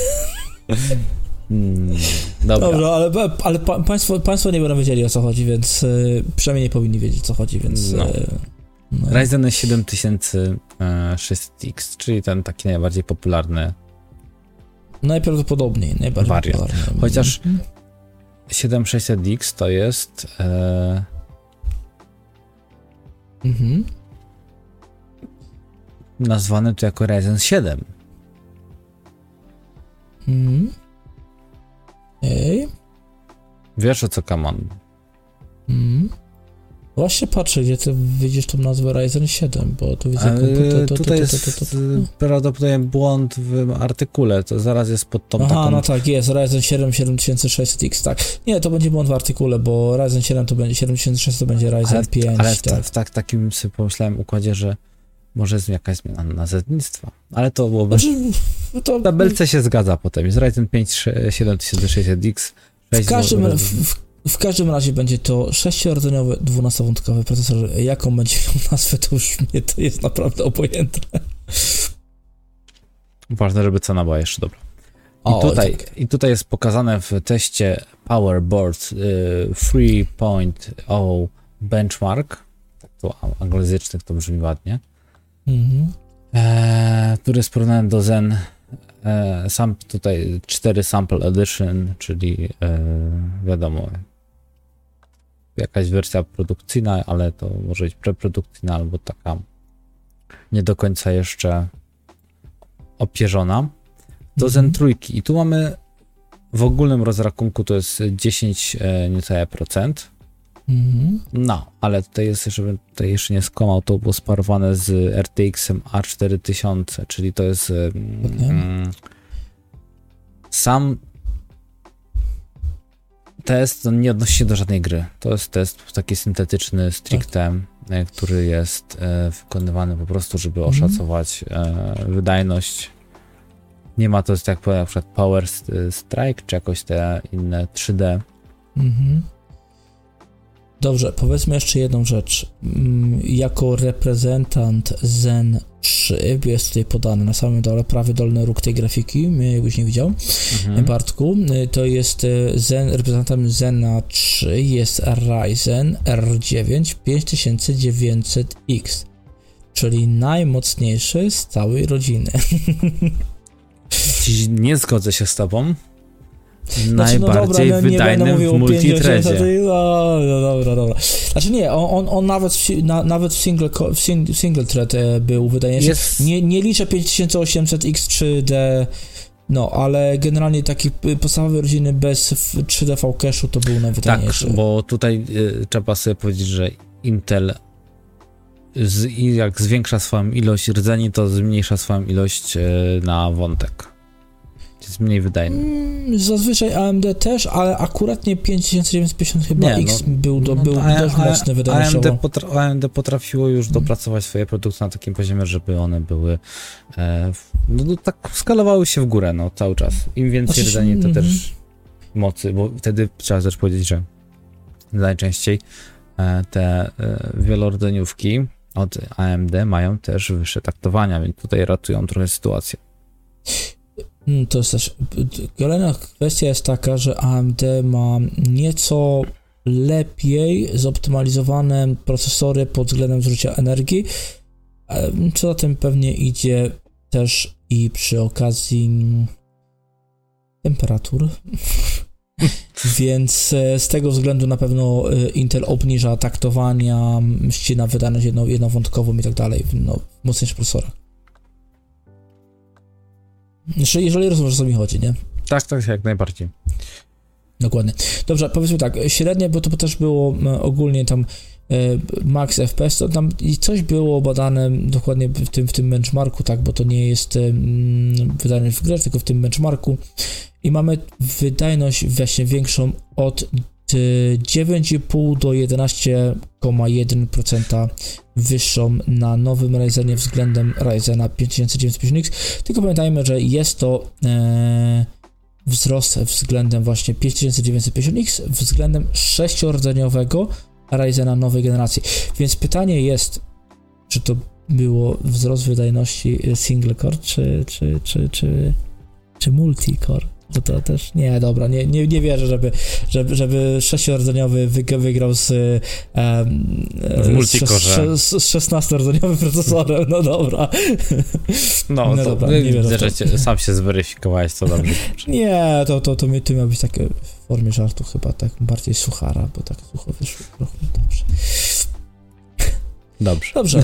Hmm, dobra. Dobra, ale, ale pa, państwo, państwo nie będą wiedzieli, o co chodzi, więc y, przynajmniej nie powinni wiedzieć, co chodzi, więc... No. Y, no. Ryzen siedem tysięcy sześćset X, czyli ten taki najbardziej popularny Najprawdopodobniej, najbardziej wariant. popularny. Chociaż siedem tysięcy sześćset X to jest e... mhm. nazwany tu jako Ryzen siedem. Mhm. Ej. Wiesz, o co Kamon? Mhm. Właśnie patrzę, gdzie ty widzisz tą nazwę Ryzen siedem, bo tu widzę komputer... To, tutaj to, to, to, jest to, to, to. prawdopodobnie błąd w artykule, to zaraz jest pod tą Aha, taką... no tak, jest, Ryzen siedem siedem tysięcy sześćset X, tak. Nie, to będzie błąd w artykule, bo Ryzen siedem to będzie, siedem tysięcy sześćset to będzie Ryzen ale, pięć, ale w, tak. w tak, takim sobie pomyślałem układzie, że może jest jakaś zmiana nazewnictwa, ale to byłoby... Znaczy, to... W tabelce się zgadza potem, jest Ryzen pięć siedem tysięcy sześćset X. W każdym, w, w, w każdym razie będzie to sześciordzeniowy, dwunastowątkowy procesor. Jaką będzie miał nazwę, to już mnie to jest naprawdę obojętne. Ważne, żeby cena była jeszcze dobra. I, o, tutaj, tak. I tutaj jest pokazane w teście Powerboard y, trzy zero Benchmark, tak to anglojęzycznych to brzmi ładnie, Mhm. e, który jest porównany do Zen. E, sam tutaj cztery Sample Edition, czyli e, wiadomo, jakaś wersja produkcyjna, ale to może być preprodukcyjna albo taka nie do końca jeszcze opierzona. Do Zen trójki i tu mamy w ogólnym rozrachunku to jest dziesięć e, niecałe procent. Mhm. No, ale tutaj jest, żebym tutaj jeszcze nie skłamał, to było sparowane z R T X-em A cztery tysiące, czyli to jest okay. mm, sam test, no nie odnosi się do żadnej gry. To jest test taki syntetyczny, stricte, tak. który jest e, wykonywany po prostu, żeby mhm. oszacować e, wydajność. Nie ma to jest jak na przykład Power Strike, czy jakoś te inne trzy D. Mhm. Dobrze, powiedzmy jeszcze jedną rzecz. Jako reprezentant Zen trzy, jest tutaj podany na samym dole, prawy dolny róg tej grafiki, jakbyś nie widział, mhm. Bartku, to jest Zen, reprezentantem Zena trzy, jest Ryzen R dziewięć pięć tysięcy dziewięćset X, czyli najmocniejszy z całej rodziny. Dziś nie zgodzę się z tobą. Znaczy, Najbardziej no dobra, wydajnym w multithreadzie. No, no dobra, dobra. Znaczy nie, on, on, on nawet, w, na, nawet w, single, w single thread był wydajniejszy. Jest... Nie, nie liczę pięć tysięcy osiemset X trzy D, no, ale generalnie taki podstawowy rodziny bez trzy D V cache'u to był najwydajniejszy. Tak, bo tutaj y, trzeba sobie powiedzieć, że Intel z, jak zwiększa swoją ilość rdzeni, to zmniejsza swoją ilość y, na wątek. jest mniej wydajny. Mm, zazwyczaj A M D też, ale akuratnie pięć tysięcy dziewięćset pięćdziesiąt chyba nie, X no, był, do, no, był a, dość a, mocny wydajnościowo. A M D, potra- A M D potrafiło już dopracować swoje produkty na takim poziomie, żeby one były e, no, no tak skalowały się w górę, no cały czas. Im więcej znaczy, wydajnie, to mm-hmm. też mocy, bo wtedy trzeba też powiedzieć, że najczęściej e, te e, wielordzeniówki od A M D mają też wyższe taktowania, więc tutaj ratują trochę sytuację. To jest też... Kolejna kwestia jest taka, że A M D ma nieco lepiej zoptymalizowane procesory pod względem zużycia energii, co za tym pewnie idzie też i przy okazji temperatur. Więc z tego względu na pewno Intel obniża taktowania, ścina wydajność jedno, jednowątkową i tak dalej no, w mocniejszych procesorach. Jeżeli rozumiesz, o co mi chodzi, nie? Tak, tak, jak najbardziej. Dokładnie. Dobrze, powiedzmy tak, średnie, bo to też było ogólnie tam max F P S, to tam i coś było badane dokładnie w tym, w tym benchmarku, tak, bo to nie jest um, wydajność w grze, tylko w tym benchmarku i mamy wydajność właśnie większą od dziewięć i pół do jedenaście przecinek jeden procent wyższą na nowym Ryzenie względem Ryzena pięć tysięcy dziewięćset pięćdziesiąt X, tylko pamiętajmy, że jest to e, wzrost względem właśnie pięć tysięcy dziewięćset pięćdziesiąt X względem sześciordzeniowego Ryzena nowej generacji. Więc pytanie jest, czy to było wzrost wydajności single core, czy, czy, czy, czy, czy multi-core? To, to też, nie, dobra, nie, nie, nie wierzę, żeby, żeby, żeby sześciordzeniowy wygrał z, um, z, z, z szesnastorodzeniowy procesorem, no dobra. No, no to dobra, nie wierzę, że cię, sam się zweryfikowałeś, co dobrze. Nie, to, to, to, to miał być takie w formie żartu chyba, tak bardziej suchara, bo tak sucho wyszło trochę, dobrze. Dobrze. Dobrze.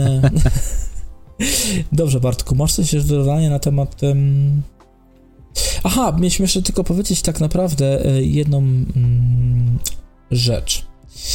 Dobrze, Bartku, masz coś do dodania na temat... Um... Aha, mieliśmy jeszcze tylko powiedzieć tak naprawdę jedną mm, rzecz.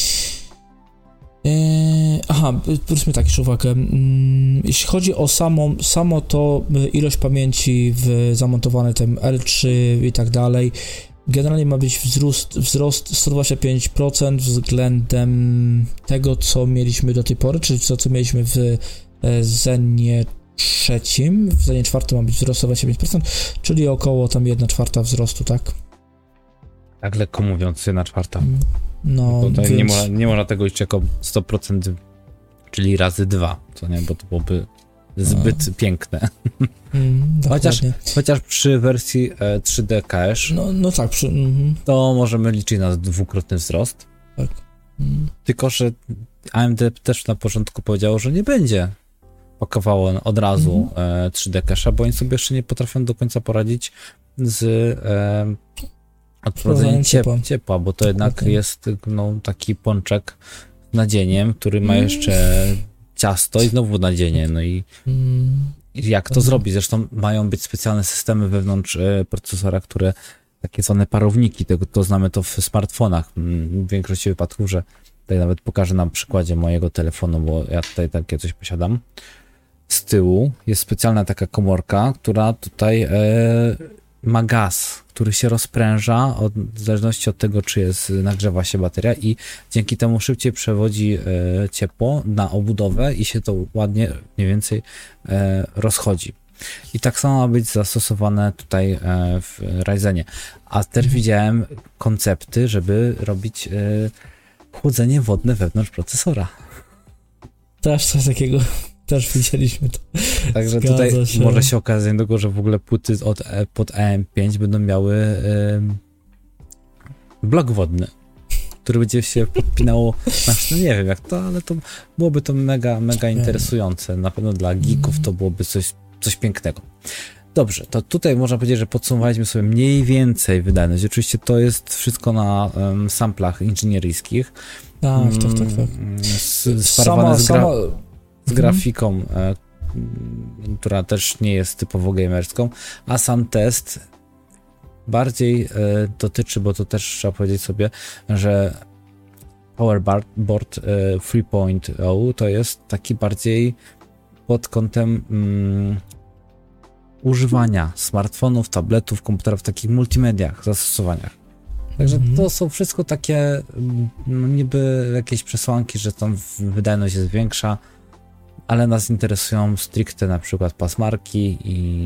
Eee, aha, powiedzmy tak, jeszcze uwagę. Mm, jeśli chodzi o samą, samo to ilość pamięci w zamontowany tym L trzy i tak dalej, generalnie ma być wzrost, wzrost sto dwadzieścia pięć procent względem tego, co mieliśmy do tej pory, czyli to, co mieliśmy w Zenie trzecim, w Zenie czwartym ma być wzrost o dwadzieścia pięć procent, czyli około tam jedna czwarta wzrostu, tak? Tak lekko mówiąc, jedna czwarta. No, tutaj więc... nie, można, nie można tego liczyć jako sto procent, czyli razy dwa, co nie, bo to byłoby zbyt no. piękne. Mm, chociaż, chociaż przy wersji e, trzy D Cache, no, no tak, przy, mm. to możemy liczyć na dwukrotny wzrost. Tak. Mm. Tylko, że A M D też na początku powiedziało, że nie będzie pakowało od razu mm-hmm. e, trzy D Cache'a, bo oni sobie jeszcze nie potrafią do końca poradzić z e, odprowadzeniem ciepła. ciepła, bo to jednak okay. jest no, taki pączek z nadzieniem, który ma jeszcze mm. ciasto i znowu nadzienie, no i mm. jak to mm. zrobić? Zresztą mają być specjalne systemy wewnątrz e, procesora, które takie zwane parowniki, tego to znamy to w smartfonach w większości wypadków, że tutaj nawet pokażę na przykładzie mojego telefonu, bo ja tutaj takie coś posiadam. Z tyłu jest specjalna taka komorka, która tutaj e, ma gaz, który się rozpręża od, w zależności od tego, czy jest, nagrzewa się bateria i dzięki temu szybciej przewodzi e, ciepło na obudowę i się to ładnie mniej więcej e, rozchodzi. I tak samo ma być zastosowane tutaj e, w Ryzenie. A też widziałem koncepty, żeby robić e, chłodzenie wodne wewnątrz procesora. Też coś takiego. Też widzieliśmy to. Także Zgadza tutaj się. Może się okazać niedługo, że w ogóle płyty od, pod A M pięć będą miały y, blok wodny, który będzie się podpinało, znaczy, no nie wiem jak to, ale to byłoby to mega, mega interesujące. Na pewno dla geeków to byłoby coś, coś pięknego. Dobrze, to tutaj można powiedzieć, że podsumowaliśmy sobie mniej więcej wydajność. Oczywiście to jest wszystko na um, samplach inżynieryjskich. Tak, tak, tak. tak. Sparowane z, gra sama... z grafiką, e, która też nie jest typowo gamerską, a sam test bardziej e, dotyczy, bo to też trzeba powiedzieć sobie, że Powerboard e, trzy zero to jest taki bardziej pod kątem mm, używania smartfonów, tabletów, komputerów w takich multimediach, zastosowaniach. Także mm. to są wszystko takie no, niby jakieś przesłanki, że tam wydajność jest większa, ale nas interesują stricte na przykład pasmarki i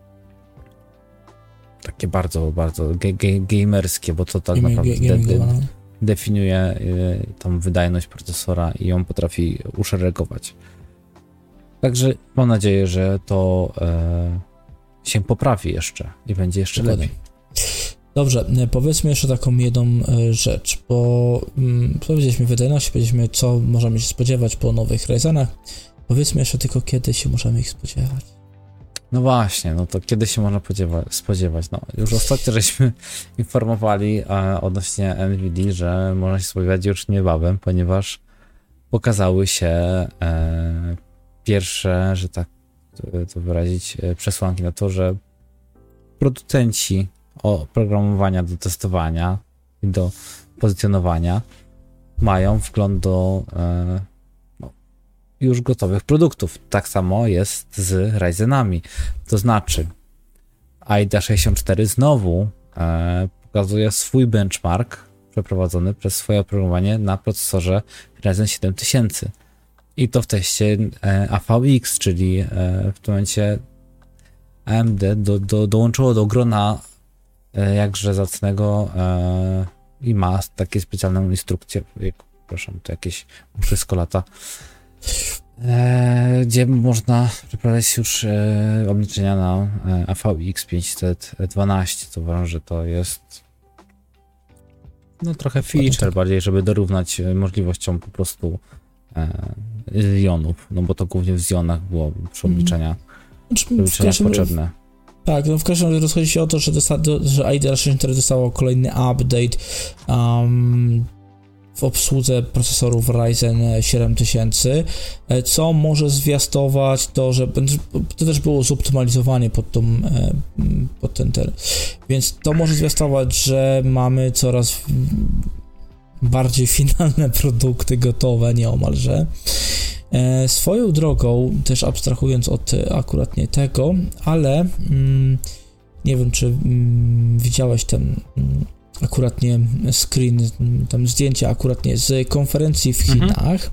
takie bardzo, bardzo ge- ge- gamerskie, bo to tak Game, naprawdę de- de- definiuje y, tą wydajność procesora i ją potrafi uszeregować. Także mam nadzieję, że to y, się poprawi jeszcze i będzie jeszcze Dokładnie. lepiej. Dobrze, powiedzmy jeszcze taką jedną rzecz, bo mm, powiedzieliśmy wydajność, powiedzieliśmy co możemy się spodziewać po nowych Ryzenach. Powiedzmy jeszcze tylko, kiedy się możemy ich spodziewać. No właśnie, no to kiedy się można spodziewa- spodziewać? No, już ostatnio żeśmy informowali e, odnośnie Nvidia, że można się spodziewać już niebawem, ponieważ pokazały się e, pierwsze, że tak to wyrazić, e, przesłanki na to, że producenci oprogramowania do testowania i do pozycjonowania mają wgląd do e, już gotowych produktów. Tak samo jest z Ryzenami. To znaczy A I D A sześćdziesiąt cztery znowu e, pokazuje swój benchmark przeprowadzony przez swoje oprogramowanie na procesorze Ryzen siedem tysięcy. I to w teście e, A V X, czyli e, w tym momencie A M D do, do, dołączyło do grona e, jakże zacnego e, i ma takie specjalną instrukcję. Przepraszam, to jakieś wszystko lata. E, gdzie można przeprowadzić już e, obliczenia na e, A V X pięćset dwanaście. To uważam, że to jest no trochę feature bardziej, żeby dorównać e, możliwościom po prostu e, Xionów, no bo to głównie w Xionach było przy obliczenia, mm. obliczenia potrzebne. Tak, no w każdym razie rozchodzi się o to, że, dosta- do, że A I D A sześćdziesiąt cztery dostało kolejny update um, w obsłudze procesorów Ryzen siedem tysięcy, co może zwiastować to, że to też było zoptymalizowanie pod, tą, pod ten ten. Więc to może zwiastować, że mamy coraz bardziej finalne produkty gotowe nieomalże. Swoją drogą, też abstrahując od akurat nie tego, ale nie wiem, czy widziałeś ten akuratnie screen, tam zdjęcia akuratnie z konferencji w Chinach, mhm.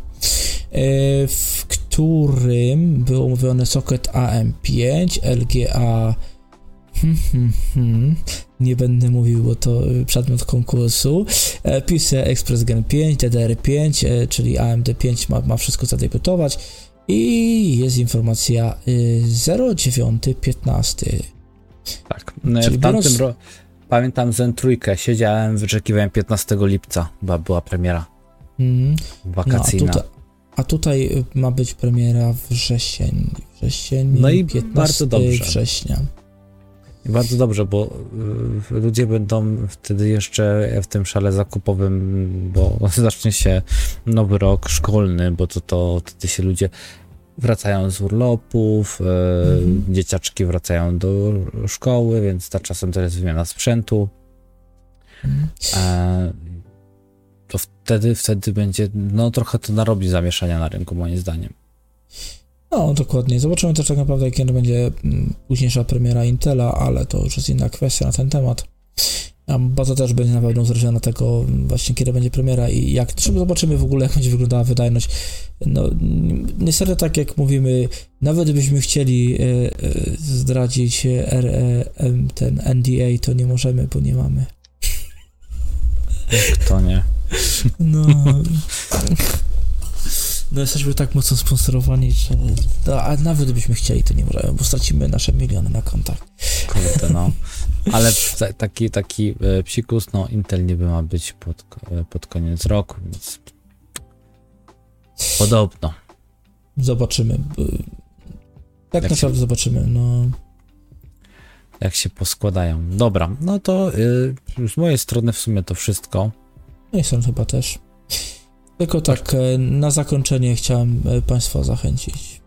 w którym był omówiony socket A M pięć, L G A hmm, hmm, hmm, nie będę mówił, bo to przedmiot konkursu, P C I Express Gen pięć, D D R pięć, czyli A M D pięć ma, ma wszystko zadebiutować i jest informacja zero dziewięć piętnaście. Tak, no w tamtym roku pamiętam Zen trzy, siedziałem, wyczekiwałem piętnastego lipca, bo była premiera mm. wakacyjna. No, a, tutaj, a tutaj ma być premiera wrzesień, wrzesień, no i piętnastego bardzo dobrze. września. I bardzo dobrze, bo y, ludzie będą wtedy jeszcze w tym szale zakupowym, bo zacznie się nowy rok szkolny, bo to, to wtedy się ludzie wracają z urlopów, mm. y, dzieciaczki wracają do szkoły, więc ta czasem to jest wymiana sprzętu. Mm. E, to wtedy, wtedy będzie, no trochę to narobi zamieszania na rynku, moim zdaniem. No, dokładnie. Zobaczymy też tak naprawdę, kiedy będzie późniejsza premiera Intela, ale to już jest inna kwestia na ten temat. Bo to też będzie na pewno uzależnione od tego właśnie, kiedy będzie premiera i jak, zobaczymy w ogóle, jak będzie wyglądała wydajność. No, niestety tak jak mówimy, nawet gdybyśmy chcieli e, e, zdradzić R, e, ten N D A, to nie możemy, bo nie mamy. Kto nie? No... No jesteśmy tak mocno sponsorowani, że no, a nawet gdybyśmy chcieli, to nie możemy, bo stracimy nasze miliony na kontach. Kurde, no. Ale taki, taki e, psikus, no Intel niby ma być pod, pod koniec roku, więc podobno. Zobaczymy. Tak jak naprawdę się, zobaczymy, no. Jak się poskładają. Dobra, no to y, z mojej strony w sumie to wszystko. No i są chyba też. Tylko tak, na zakończenie chciałem Państwa zachęcić.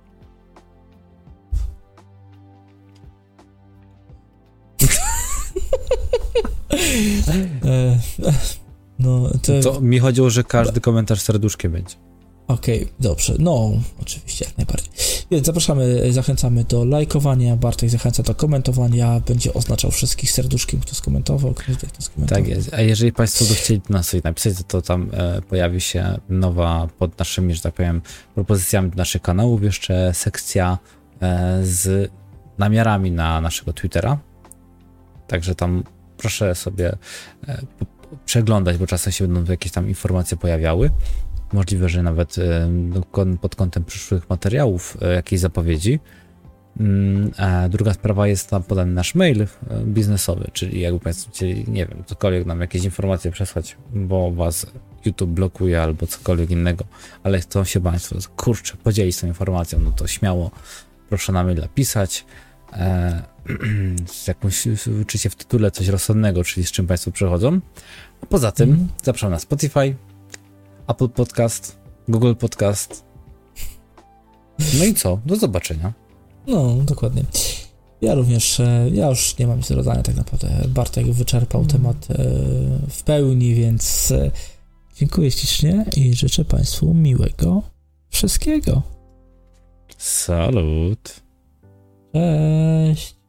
No, to... to mi chodziło, że każdy komentarz serduszkiem będzie. Okej, okay, dobrze. No, oczywiście, jak najbardziej. Więc zapraszamy, zachęcamy do lajkowania. Bartek zachęca do komentowania. Będzie oznaczał wszystkich serduszkiem, kto skomentował, kto skomentował. Tak jest. A jeżeli Państwo by chcieli nas coś napisać, to, to tam e, pojawi się nowa pod naszymi, że tak powiem, propozycjami do naszych kanałów jeszcze sekcja e, z namiarami na naszego Twittera. Także tam proszę sobie e, przeglądać, bo czasem się będą jakieś tam informacje pojawiały. Możliwe, że nawet pod kątem przyszłych materiałów jakiejś zapowiedzi. A druga sprawa jest tam podany nasz mail biznesowy, czyli jakby Państwo chcieli, nie wiem, cokolwiek nam jakieś informacje przesłać, bo Was YouTube blokuje albo cokolwiek innego, ale chcą się Państwo, kurczę, podzielić tą informacją, no to śmiało proszę na maila pisać. E, z jakąś, uczycie w tytule coś rozsądnego, czyli z czym Państwo przychodzą. A poza tym mm. zapraszam na Spotify, Apple Podcast, Google Podcast. No i co? Do zobaczenia. No, dokładnie. Ja również, ja już nie mam nic do dodania tak naprawdę. Bartek wyczerpał mm. temat w pełni, więc dziękuję ślicznie i życzę Państwu miłego wszystkiego. Salut. Cześć.